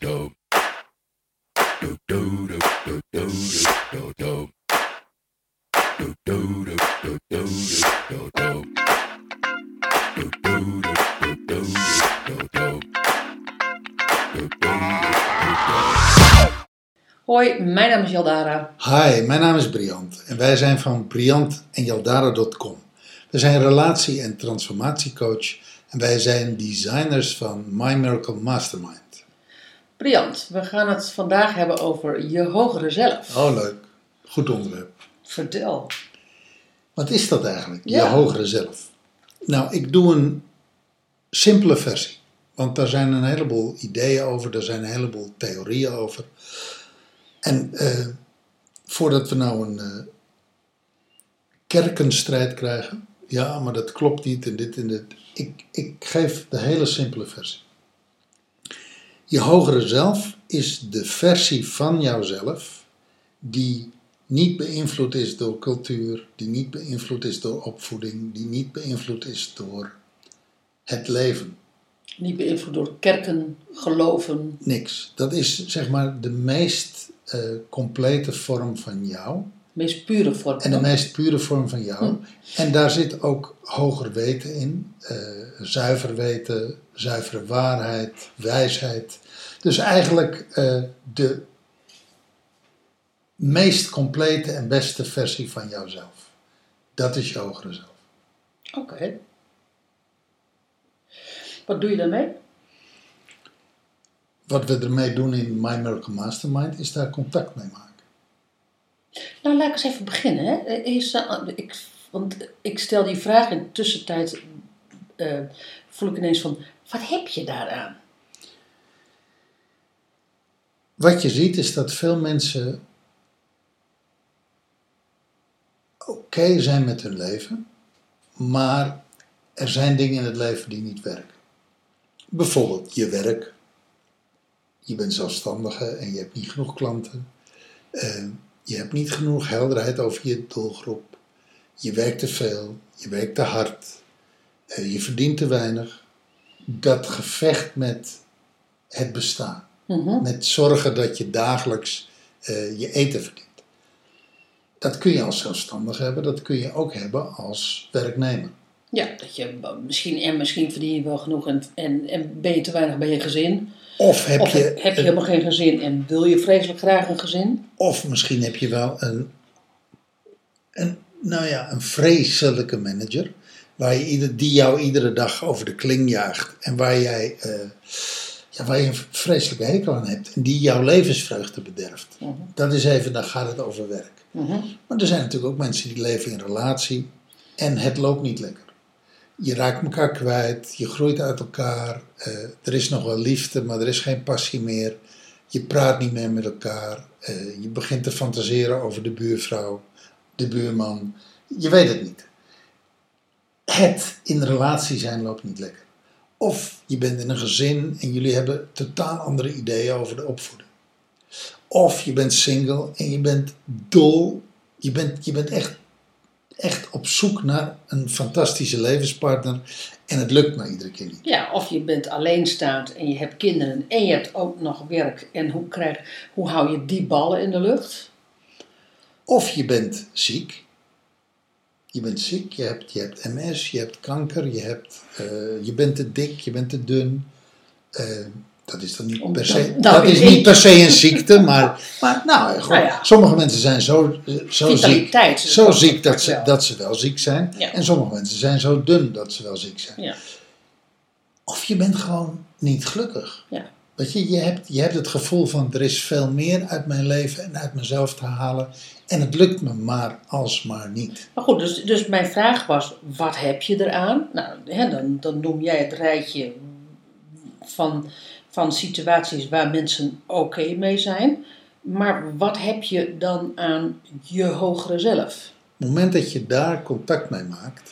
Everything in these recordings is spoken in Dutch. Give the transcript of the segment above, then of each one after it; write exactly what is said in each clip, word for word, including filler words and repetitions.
Hoi, mijn naam is Jaldara. Hi, mijn naam is Briant en wij zijn van briant en jaldara punt com. We zijn relatie- en transformatiecoach en wij zijn designers van My Miracle Mastermind. Briant, we gaan het vandaag hebben over je hogere zelf. Oh, leuk. Goed onderwerp. Vertel. Wat is dat eigenlijk, Ja. je hogere zelf? Nou, ik doe een simpele versie. Want daar zijn een heleboel ideeën over, daar zijn een heleboel theorieën over. En uh, voordat we nou een uh, kerkenstrijd krijgen, ja, maar dat klopt niet en dit en dit. Ik, ik geef de hele simpele versie. Je hogere zelf is de versie van jouzelf die niet beïnvloed is door cultuur, die niet beïnvloed is door opvoeding, die niet beïnvloed is door het leven. Niet beïnvloed door kerken, geloven. Niks. Dat is zeg maar de meest uh, complete vorm van jou. De meest pure vorm. En de meest pure vorm van jou. Hm. En daar zit ook hoger weten in. Uh, zuiver weten, zuivere waarheid, wijsheid. Dus eigenlijk uh, de meest complete en beste versie van jouzelf. Dat is je hogere zelf. Oké. Okay. Wat doe je daarmee? Wat we ermee doen in My Miracle Mastermind is daar contact mee maken. Nou, laat ik eens even beginnen. Hè. Is, uh, ik, want ik stel die vraag in de tussentijd, uh, voel ik ineens van, wat heb je daaraan? Wat je ziet is dat veel mensen oké okay zijn met hun leven, maar er zijn dingen in het leven die niet werken. Bijvoorbeeld je werk. Je bent zelfstandige en je hebt niet genoeg klanten. Uh, je hebt niet genoeg helderheid over je doelgroep. Je werkt te veel. Je werkt te hard. Uh, je verdient te weinig. Dat gevecht met het bestaan. Mm-hmm. Met zorgen dat je dagelijks uh, je eten verdient. Dat kun je als zelfstandige hebben. Dat kun je ook hebben als werknemer. Ja, dat je misschien, en misschien verdien je wel genoeg en, en, en ben je te weinig bij je gezin. Of heb of je, heb, heb je helemaal geen gezin en wil je vreselijk graag een gezin? Of misschien heb je wel een, een, nou ja, een vreselijke manager. Waar je ieder, die jou iedere dag over de kling jaagt. En waar, jij, uh, ja, waar je een vreselijke hekel aan hebt. En die jouw levensvreugde bederft. Mm-hmm. Dat is even, dan gaat het over werk. Mm-hmm. Maar er zijn natuurlijk ook mensen die leven in relatie. En het loopt niet lekker. Je raakt elkaar kwijt, je groeit uit elkaar, uh, er is nog wel liefde, maar er is geen passie meer. Je praat niet meer met elkaar, uh, je begint te fantaseren over de buurvrouw, de buurman. Je weet het niet. Het in relatie zijn loopt niet lekker. Of je bent in een gezin en jullie hebben totaal andere ideeën over de opvoeding. Of je bent single en je bent dol, je bent, je bent echt... echt op zoek naar een fantastische levenspartner en het lukt maar iedere keer niet. Ja, of je bent alleenstaand en je hebt kinderen en je hebt ook nog werk. En hoe, krijg, hoe hou je die ballen in de lucht? Of je bent ziek. Je bent ziek, je hebt, je hebt M S, je hebt kanker, je, hebt, uh, je bent te dik, je bent te dun. Uh, dat is dan niet Om, per se, dat, dat is niet per se een ziekte, maar, maar nou, gewoon, nou ja. sommige mensen zijn zo, zo ziek, zo dat ziek dat ze, dat ze wel ziek zijn. Ja. En sommige mensen zijn zo dun dat ze wel ziek zijn. Ja. Of je bent gewoon niet gelukkig. Ja. Weet je, je hebt, je hebt het gevoel van er is veel meer uit mijn leven en uit mezelf te halen. En het lukt me maar alsmaar niet. Maar goed, dus, dus mijn vraag was, wat heb je eraan? Nou, hè, dan, dan noem jij het rijtje van, van situaties waar mensen oké okay mee zijn. Maar wat heb je dan aan je hogere zelf? Op het moment dat je daar contact mee maakt,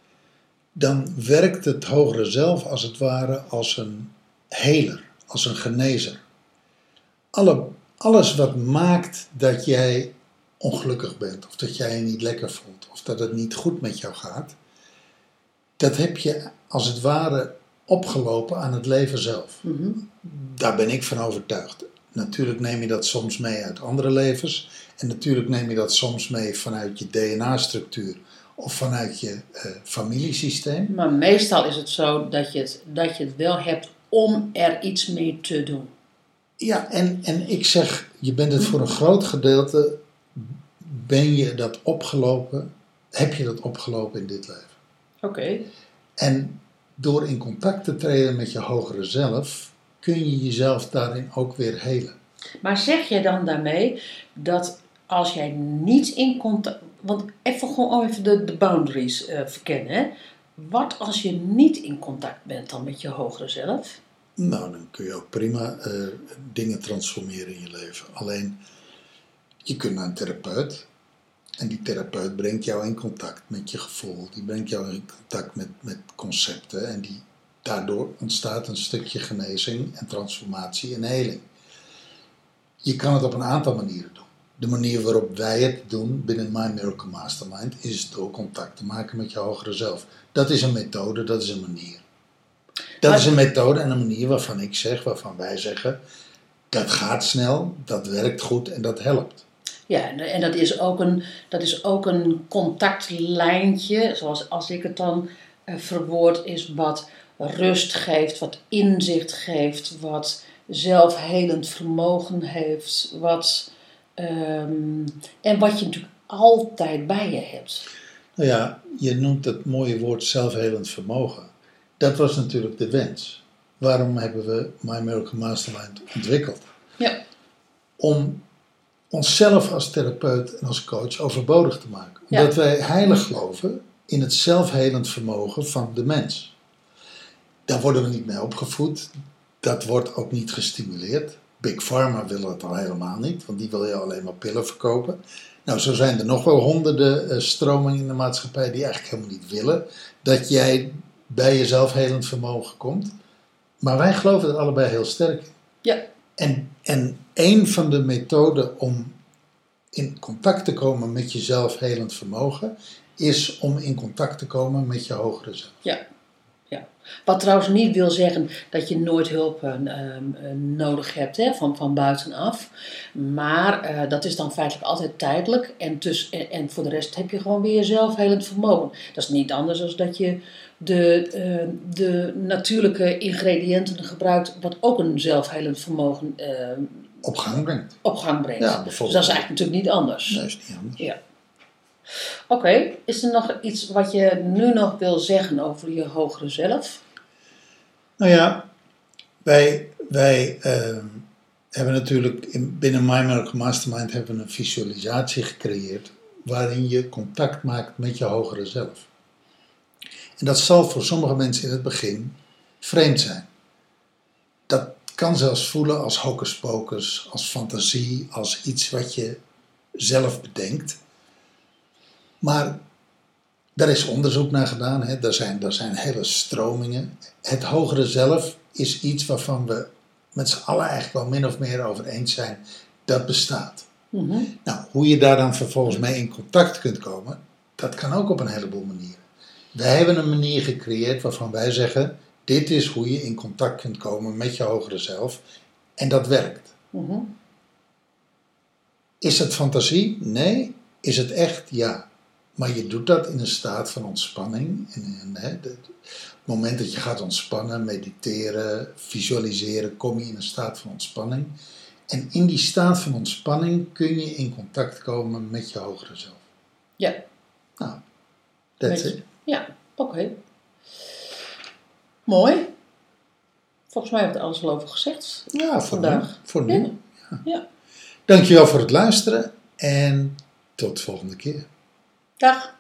dan werkt het hogere zelf als het ware als een heler, als een genezer. Alle, alles wat maakt dat jij ongelukkig bent, of dat jij je niet lekker voelt, of dat het niet goed met jou gaat, dat heb je als het ware opgelopen aan het leven zelf. Mm-hmm. Daar ben ik van overtuigd. Natuurlijk neem je dat soms mee uit andere levens. En natuurlijk neem je dat soms mee vanuit je D N A-structuur of vanuit je uh, familiesysteem. Maar meestal is het zo dat je het, dat je het wel hebt om er iets mee te doen. Ja, en, en ik zeg, je bent het voor een groot gedeelte, ben je dat opgelopen, heb je dat opgelopen in dit leven. Oké. Okay. En door in contact te treden met je hogere zelf, kun je jezelf daarin ook weer helen. Maar zeg je dan daarmee dat als jij niet in contact... Want even gewoon even de, de boundaries uh, verkennen. Hè? Wat als je niet in contact bent dan met je hogere zelf? Nou, dan kun je ook prima uh, dingen transformeren in je leven. Alleen, je kunt naar een therapeut. En die therapeut brengt jou in contact met je gevoel. Die brengt jou in contact met, met concepten. En die, daardoor ontstaat een stukje genezing en transformatie en heling. Je kan het op een aantal manieren doen. De manier waarop wij het doen binnen My Miracle Mastermind is door contact te maken met je hogere zelf. Dat is een methode, dat is een manier. Dat maar, is een methode en een manier waarvan ik zeg, waarvan wij zeggen, dat gaat snel, dat werkt goed en dat helpt. Ja, en dat is ook een, dat is ook een contactlijntje, zoals als ik het dan uh, verwoord, is wat rust geeft, wat inzicht geeft, wat zelfhelend vermogen heeft, wat, um, en wat je natuurlijk altijd bij je hebt. Nou ja, je noemt het mooie woord zelfhelend vermogen. Dat was natuurlijk de wens. Waarom hebben we My Miracle Mastermind ontwikkeld? Ja. Om onszelf als therapeut en als coach overbodig te maken. Omdat ja. wij heilig geloven in het zelfhelend vermogen van de mens. Daar worden we niet mee opgevoed. Dat wordt ook niet gestimuleerd. Big Pharma wil het al helemaal niet, want die wil je alleen maar pillen verkopen. Nou, zo zijn er nog wel honderden uh, stromingen in de maatschappij die eigenlijk helemaal niet willen dat jij bij je zelfhelend vermogen komt. Maar wij geloven er allebei heel sterk in. Ja. En, en een van de methoden om in contact te komen met je zelfhelend vermogen is om in contact te komen met je hogere zelf. Ja. Ja. Wat trouwens niet wil zeggen dat je nooit hulp uh, uh, nodig hebt hè, van, van buitenaf. Maar uh, dat is dan feitelijk altijd tijdelijk. En, dus, en, en voor de rest heb je gewoon weer je zelfhelend vermogen. Dat is niet anders dan dat je de, uh, de natuurlijke ingrediënten gebruikt. Wat ook een zelfhelend vermogen uh, op gang brengt. Op gang brengt. Ja, dus dat is eigenlijk natuurlijk niet anders. Nee, dat is niet anders. Ja. Oké, okay. Is er nog iets wat je nu nog wil zeggen over je hogere zelf? Nou ja, wij, wij uh, hebben natuurlijk in, binnen My Miracle Mastermind hebben we een visualisatie gecreëerd waarin je contact maakt met je hogere zelf. En dat zal voor sommige mensen in het begin vreemd zijn. Dat kan zelfs voelen als hocus pocus, als fantasie, als iets wat je zelf bedenkt. Maar daar is onderzoek naar gedaan. Hè. Er zijn, er zijn hele stromingen. Het hogere zelf is iets waarvan we met z'n allen eigenlijk wel min of meer over eens zijn. Dat bestaat. Mm-hmm. Nou, hoe je daar dan vervolgens mee in contact kunt komen, dat kan ook op een heleboel manieren. Wij hebben een manier gecreëerd waarvan wij zeggen, dit is hoe je in contact kunt komen met je hogere zelf. En dat werkt. Mm-hmm. Is het fantasie? Nee. Is het echt? Ja. Maar je doet dat in een staat van ontspanning. En, en, hè, de, het moment dat je gaat ontspannen, mediteren, visualiseren, kom je in een staat van ontspanning. En in die staat van ontspanning kun je in contact komen met je hogere zelf. Ja. Nou, that's met, it. Ja, oké. Okay. Mooi. Volgens mij hebben we er alles al over gezegd. Ja, voor vandaag. Nu. Voor nu. Ja. Ja. Ja. Dankjewel voor het luisteren en tot de volgende keer. Dag.